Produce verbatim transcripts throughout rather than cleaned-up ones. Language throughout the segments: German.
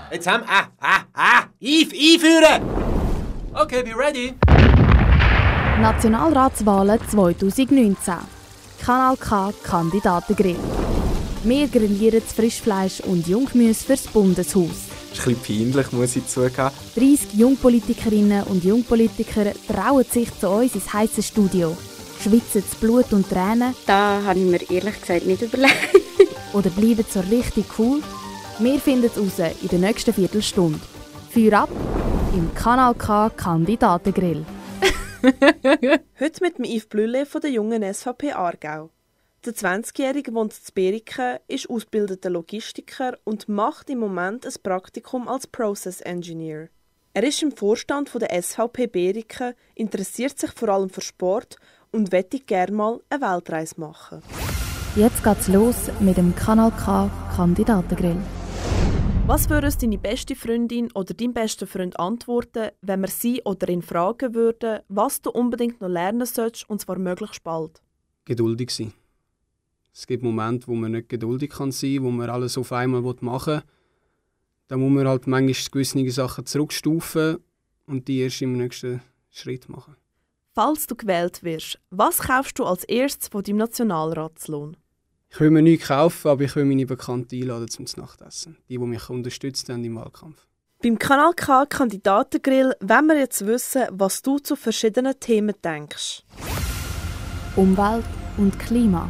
Jetzt haben wir... Ah, ah, ah! Einf einführen! Okay, be ready. Nationalratswahlen zwanzig neunzehn. Kanal K Kandidatengrill. Wir grillieren das Frischfleisch und Junggemüse fürs Bundeshaus. Das ist ein bisschen peinlich, muss ich zugeben. dreissig Jungpolitikerinnen und Jungpolitiker trauen sich zu uns ins heisse Studio. Schwitzen das Blut und Tränen. Da habe ich mir ehrlich gesagt nicht überlegt. Oder bleiben so richtig cool? Wir finden es raus in der nächsten Viertelstunde. Feuer ab im Kanal K Kandidatengrill. Heute mit dem Yves Blülle von der jungen S V P Aargau. Der zwanzigjährige wohnt in Beriken, ist ausgebildeter Logistiker und macht im Moment ein Praktikum als Process Engineer. Er ist im Vorstand der S V P Beriken, interessiert sich vor allem für Sport und möchte gerne mal eine Weltreise machen. Jetzt geht's los mit dem Kanal K Kandidatengrill. Was würde uns deine beste Freundin oder dein bester Freund antworten, wenn wir sie oder ihn fragen würden, was du unbedingt noch lernen solltest, und zwar möglichst bald? Geduldig sein. Es gibt Momente, wo man nicht geduldig kann sein kann, wo man alles auf einmal machen will. Da muss man halt manchmal gewisse Sachen zurückstufen und die erst im nächsten Schritt machen. Falls du gewählt wirst, was kaufst du als erstes von deinem Nationalratslohn? Ich will mir nichts kaufen, aber ich will meine Bekannten einladen zum Nachtessen. Die, die mich unterstützt haben im Wahlkampf. Beim Kanal K Kandidatengrill wollen wir jetzt wissen, was du zu verschiedenen Themen denkst. Umwelt und Klima.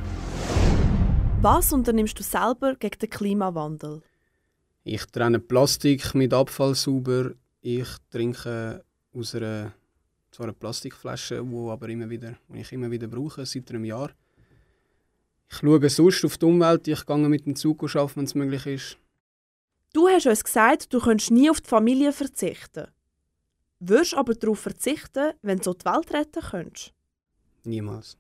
Was unternimmst du selber gegen den Klimawandel? Ich trenne Plastik mit Abfall sauber. Ich trinke aus einer, zwar einer Plastikflasche, die aber immer wieder, die ich immer wieder brauche, seit einem Jahr. Ich schaue sonst auf die Umwelt. Ich gehe mit dem Zug arbeiten, wenn es möglich ist. Du hast uns gesagt, du könntest nie auf die Familie verzichten. Würdest aber darauf verzichten, wenn du so die Welt retten könntest? Niemals.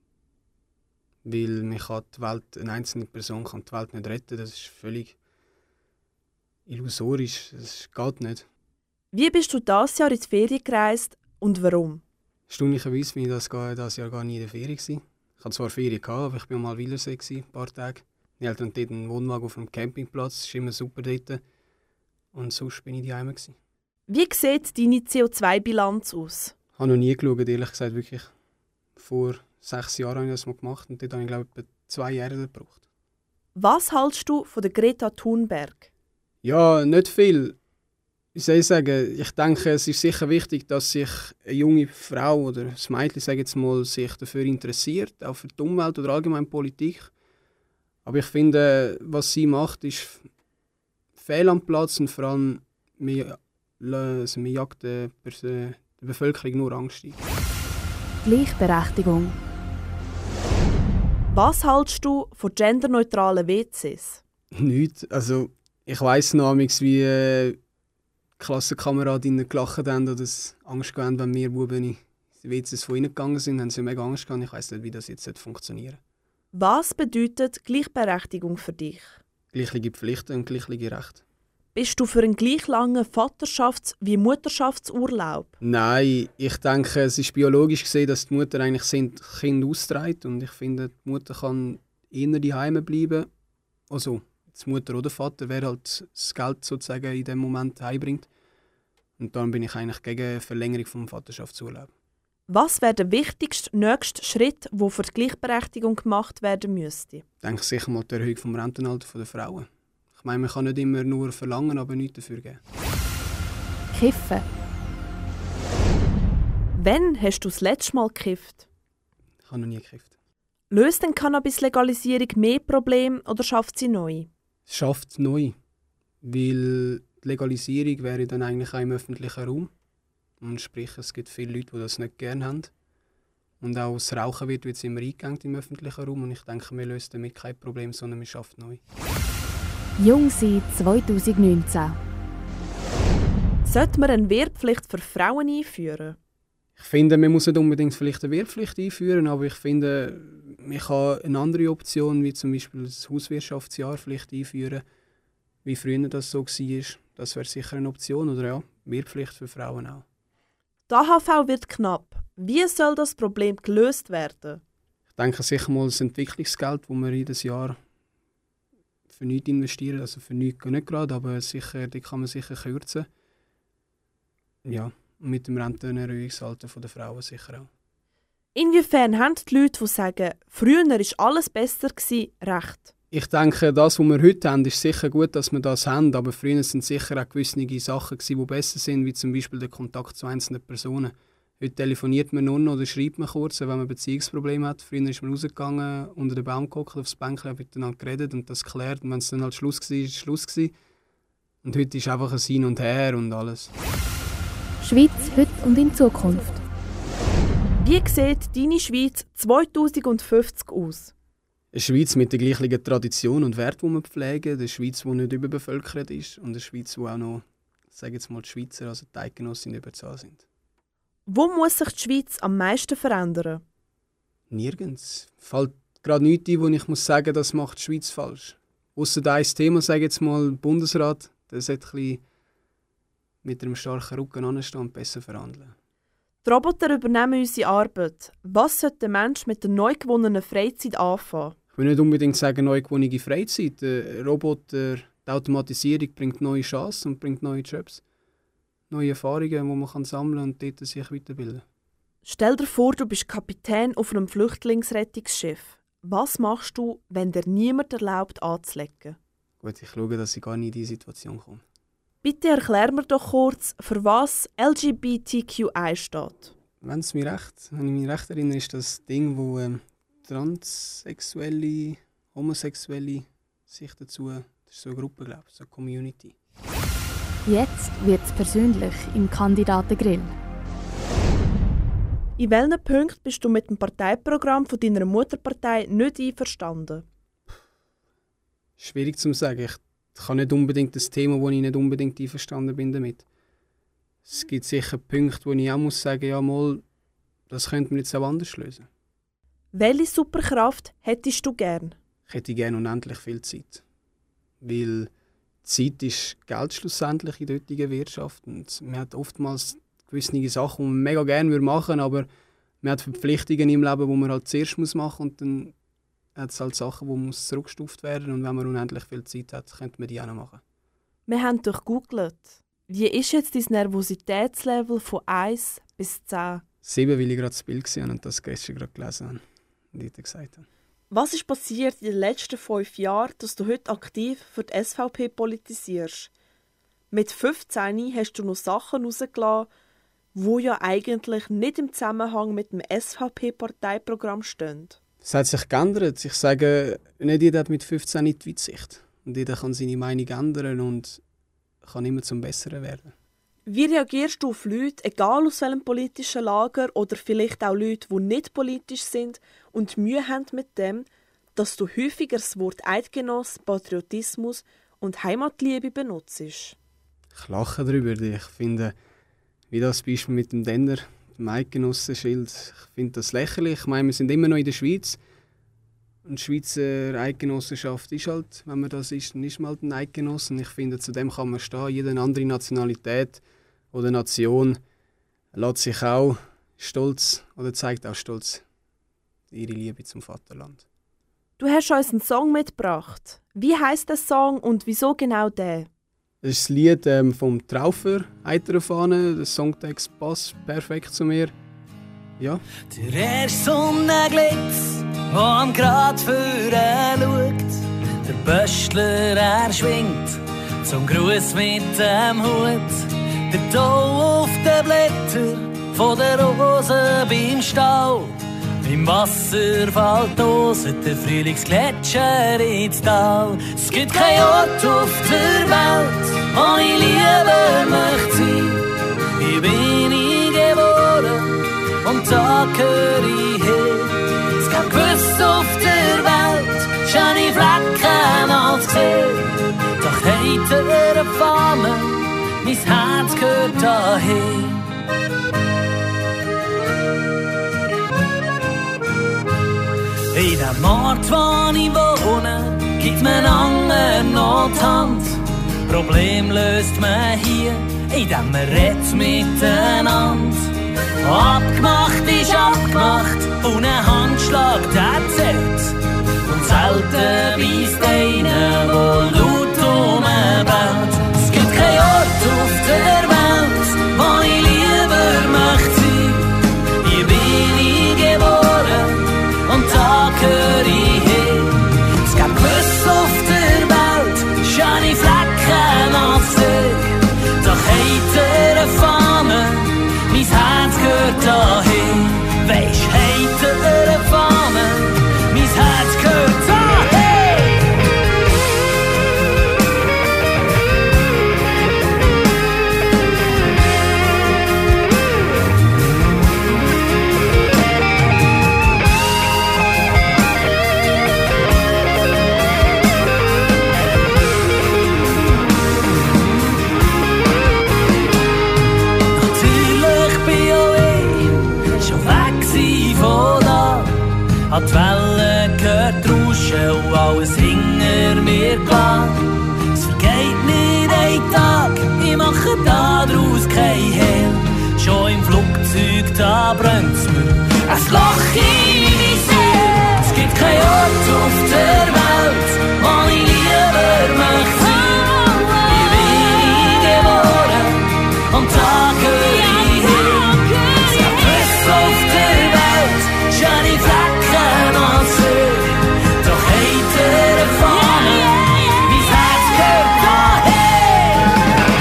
Weil mich kann die Welt, eine einzelne Person kann die Welt nicht retten. Das ist völlig illusorisch. Das geht nicht. Wie bist du dieses Jahr in die Ferien gereist und warum? Erstaunlicherweise bin ich das, dieses Jahr gar nie in der Ferien gewesen. Ich hatte zwar Ferien, aber ich war mal am Wielersee ein paar Tage. Wir hatten dort einen Wohnwagen auf einem Campingplatz. Das ist immer super dort. Und sonst bin ich daheim gewesen. Wie sieht deine C O zwei Bilanz aus? Ich habe noch nie geschaut, ehrlich gesagt. Wirklich. Vor sechs Jahren habe ich das mal gemacht und dort habe ich, glaube ich, etwa zwei Jahre gebraucht. Was hältst du von der Greta Thunberg? Ja, nicht viel. Ich soll sagen, ich denke, es ist sicher wichtig, dass sich eine junge Frau oder ein Mädchen, sage jetzt mal, sich dafür interessiert, auch für die Umwelt oder allgemein Politik. Aber ich finde, was sie macht, ist fehl am Platz und vor allem, wir, also wir jagt der, der Bevölkerung nur Angst ein. Gleichberechtigung. Was hältst du von genderneutralen W Cs? Nichts. Also, ich weiss noch, wie äh, Klassenkameradinnen gelacht haben oder Angst hatten, wenn wir Buben in die W Cs von ihnen gegangen sind, haben sie mega Angst gehabt. Ich weiss nicht, wie das jetzt funktionieren soll. Was bedeutet Gleichberechtigung für dich? Gleiche Pflichten und gleiche Rechte. Bist du für einen gleich langen Vaterschafts- wie Mutterschaftsurlaub? Nein, ich denke, es ist biologisch gesehen, dass die Mutter eigentlich das Kind austrägt. Und ich finde, die Mutter kann eher daheim bleiben. Also, die Mutter oder der Vater, wer halt das Geld sozusagen in dem Moment heimbringt. Und dann bin ich eigentlich gegen eine Verlängerung des Vaterschaftsurlaubs. Was wäre der wichtigste nächste Schritt, der für die Gleichberechtigung gemacht werden müsste? Ich denke sicher mal die Erhöhung des Rentenalters der Frauen. Ich meine, man kann nicht immer nur verlangen, aber nichts dafür geben. Kiffen. Wann hast du das letzte Mal gekifft? Ich habe noch nie gekifft. Löst denn Cannabis-Legalisierung mehr Probleme oder schafft sie neu? Es schafft neu, weil die Legalisierung wäre dann eigentlich auch im öffentlichen Raum. Und sprich, es gibt viele Leute, die das nicht gerne haben. Und auch das Rauchen wird jetzt immer eingegangen im öffentlichen Raum. Und ich denke, wir lösen damit kein Problem, sondern wir schaffen neu. Jung sein zwanzig neunzehn. Sollte man eine Wehrpflicht für Frauen einführen? Ich finde, man muss nicht unbedingt vielleicht eine Wehrpflicht einführen, aber ich finde, man kann eine andere Option, wie zum Beispiel das Hauswirtschaftsjahr vielleicht einführen, wie früher das so war. Das wäre sicher eine Option. Oder ja, Wehrpflicht für Frauen auch. Die A H V wird knapp. Wie soll das Problem gelöst werden? Ich denke sicher mal das Entwicklungsgeld, das wir jedes Jahr für nichts investieren, also für nichts nicht gerade, aber sicher, die kann man sicher kürzen. Ja, und mit dem Rentenerhöhungsalter der Frauen sicher auch. Inwiefern haben die Leute, die sagen, früher war alles besser, recht? Ich denke, das, was wir heute haben, ist sicher gut, dass wir das haben, aber früher sind sicher auch gewisse Sachen, die besser sind, wie zum Beispiel der Kontakt zu einzelnen Personen. Heute telefoniert man nur noch oder schreibt man kurz, wenn man ein Beziehungsproblem hat. Früher ist man rausgegangen, unter den Baum gehockt, aufs Bänkchen, miteinander geredet und das geklärt. Und wenn es dann halt Schluss war, war es Schluss. Und heute ist einfach ein Hin und Her und alles. Schweiz heute und in Zukunft. Wie sieht deine Schweiz zweitausendfünfzig aus? Eine Schweiz mit der gleichen Tradition und Wert, die wir pflegen. Eine Schweiz, die nicht überbevölkert ist. Und eine Schweiz, wo auch noch, sage jetzt mal, die Schweizer, also die Eidgenossen, überzahl sind. Wo muss sich die Schweiz am meisten verändern? Nirgends. Fällt gerade nichts ein, wo ich muss sagen, das macht die Schweiz falsch. Ausser ein Thema, sage jetzt mal, Bundesrat, der sollte ein bisschen mit einem starken Rücken anstehen und besser verhandeln. Die Roboter übernehmen unsere Arbeit. Was sollte der Mensch mit der neu gewonnenen Freizeit anfangen? Ich will nicht unbedingt sagen, neu gewonnene Freizeit. Der Roboter, die Automatisierung bringt neue Chancen und bringt neue Jobs. Neue Erfahrungen, die man sammeln kann und dort sich weiterbilden. Stell dir vor, du bist Kapitän auf einem Flüchtlingsrettungsschiff. Was machst du, wenn dir niemand erlaubt, anzulegen? Gut, ich schaue, dass ich gar nicht in diese Situation komme. Bitte erklär mir doch kurz, für was L G B T Q I steht. Wenn es mir recht, wenn ich mich recht erinnere, ist das Ding, wo ähm, Transsexuelle, Homosexuelle sich dazu, das ist so eine Gruppe, glaube ich, so eine Community. Jetzt wird es persönlich im Kandidatengrill. In welchen Punkten bist du mit dem Parteiprogramm von deiner Mutterpartei nicht einverstanden? Schwierig zu sagen. Ich habe nicht unbedingt das Thema, wo ich nicht unbedingt einverstanden bin damit. Es gibt sicher Punkte, wo ich auch muss sagen, ja mal, das könnte man jetzt auch anders lösen. Welche Superkraft hättest du gern? Ich hätte gerne unendlich viel Zeit. Weil Zeit ist Geld schlussendlich in der heutigen Wirtschaft. Und man hat oftmals gewisse Sachen, die man mega gerne machen würde, aber man hat Verpflichtungen im Leben, die man halt zuerst machen muss. Und dann hat es halt Sachen, die muss zurückgestuft werden. Und wenn man unendlich viel Zeit hat, könnte man die auch noch machen. Wir haben durchgegoogelt. Wie ist jetzt dein Nervositätslevel von eins bis zehn? sieben, weil ich gerade das Bild gesehen habe und das gestern gerade gelesen habe und ich gesagt habe. Was ist passiert in den letzten fünf Jahren, dass du heute aktiv für die S V P politisierst? Mit fünfzehn hast du noch Sachen rausgelassen, die ja eigentlich nicht im Zusammenhang mit dem S V P-Parteiprogramm stehen. Es hat sich geändert. Ich sage, nicht jeder hat mit fünfzehn die Weitsicht. Und jeder kann seine Meinung ändern und kann immer zum Besseren werden. Wie reagierst du auf Leute, egal aus welchem politischen Lager oder vielleicht auch Leute, die nicht politisch sind und Mühe haben mit dem, dass du häufiger das Wort Eidgenoss, Patriotismus und Heimatliebe benutzt? Ich lache darüber. Ich finde, wie das Beispiel mit dem Denner, dem Eidgenossenschild, ich finde das lächerlich. Ich meine, wir sind immer noch in der Schweiz. Und die Schweizer Eidgenossenschaft ist halt, wenn man das ist, dann ist man halt ein Eidgenosse. Ich finde, zu dem kann man stehen. Jede andere Nationalität oder Nation lässt sich auch stolz oder zeigt auch stolz ihre Liebe zum Vaterland. Du hast uns einen Song mitgebracht. Wie heisst der Song und wieso genau der? Das ist das Lied ähm, vom Traufer, «Heitere Fahne». Der Songtext passt perfekt zu mir. Ja. Der erste Sonnenglitz, der am Grad vorne schaut. Der Böstler, er schwingt zum Gruß mit dem Hut. Der Tau auf den Blättern von der Rose beim Stau. Im Wasser fällt Dosen, der Frühlingsgletscher ins Tal. Es gibt keinen Ort auf der Welt, wo ich lieber möchte sein. Hier bin ich geboren und da gehöre ich hin. Es gibt gewiss auf der Welt schöne Flecken als gesehen. Doch heitere Fahne, mein Herz gehört dahin. In dem Ort, wo ich wohne, gibt man anderen noch die Hand. Problem löst man hier, indem man redet miteinander. Abgemacht ist abgemacht und ein Handschlag, der zählt. Und selten beißt einer, an die Wellen gehört rauschen und alles hinter mir gelassen. Es vergeht nicht ein Tag, ich mache daraus kein Hehl. Schon im Flugzeug, da brennt's mir ein Loch in meine Seele. Es gibt keinen Ort auf der Welt, wo ich lieber möchte sein. Ich bin geboren und da gehöre ich hin. Es gibt Flüsse auf der Welt, schöne Flecken und Söhne. Doch hinter der Fahne, mein Herz gehört daher.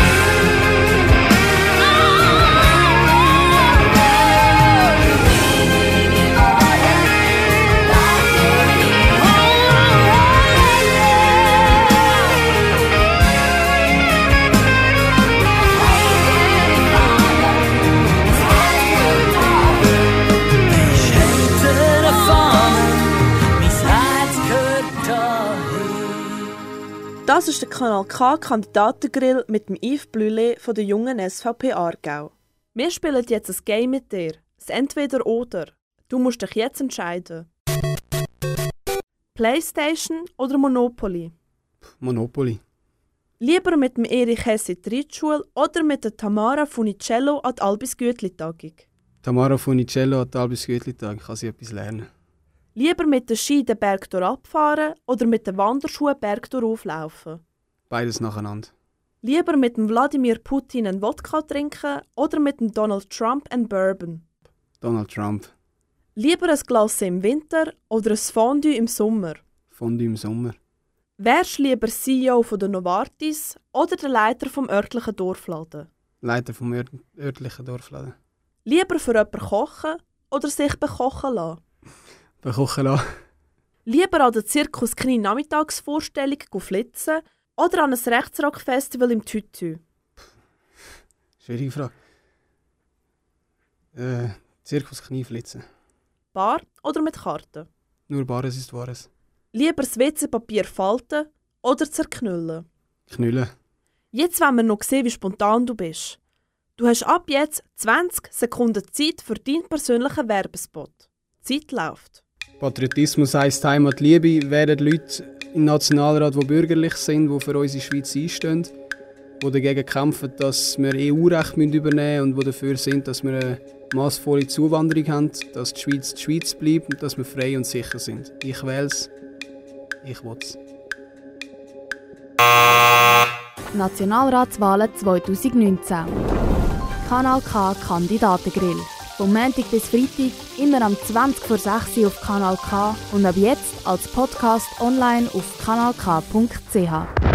Das ist der Kanal K Kandidatengrill mit dem Yves Blüle von der jungen S V P Aargau. Wir spielen jetzt ein Game mit dir. Das Entweder-Oder. Du musst dich jetzt entscheiden. Playstation oder Monopoly? Monopoly. Lieber mit dem Erich Hess in die Reitschule oder mit der Tamara Funicello an die Albis-Gütli-Tagung? Tamara Funicello an die Albis-Gütli-Tagung. Kann sie etwas lernen? Lieber mit den Ski den Berg abfahren oder mit den Wanderschuhen den Berg auflaufen? Beides nacheinander. Lieber mit dem Wladimir Putin einen Wodka trinken oder mit dem Donald Trump einen Bourbon? Donald Trump. Lieber ein Glas im Winter oder ein Fondue im Sommer? Fondue im Sommer. Wärst du lieber C E O von der Novartis oder der Leiter vom örtlichen Dorfladen? Leiter vom ört örtlichen Dorfladen. Lieber für jemanden kochen oder sich bekochen lassen? Bekochen lassen. Lieber an der Zirkus Knie Nachmittagsvorstellung flitzen oder an ein Rechtsrock-Festival im Tütü? Schwierige Frage. Äh, Zirkus Knie flitzen. Bar oder mit Karten? Nur Bares ist Wahres. Lieber das W C-Papier falten oder zerknüllen? Knüllen. Jetzt wollen wir noch sehen, wie spontan du bist. Du hast ab jetzt zwanzig Sekunden Zeit für deinen persönlichen Werbespot. Die Zeit läuft. Patriotismus heisst Heimatliebe. Wählen Leute im Nationalrat, die bürgerlich sind, die für unsere Schweiz einstehen, die dagegen kämpfen, dass wir E U-Recht übernehmen müssen und die dafür sind, dass wir eine massvolle Zuwanderung haben, dass die Schweiz die Schweiz bleibt und dass wir frei und sicher sind. Ich wähle es. Ich will es. Nationalratswahlen zwanzig neunzehn. Kanal K Kandidatengrill. Vom Montag bis Freitag, immer am zwanzig vor sechs Uhr auf Kanal K und ab jetzt als Podcast online auf kanal k punkt c h.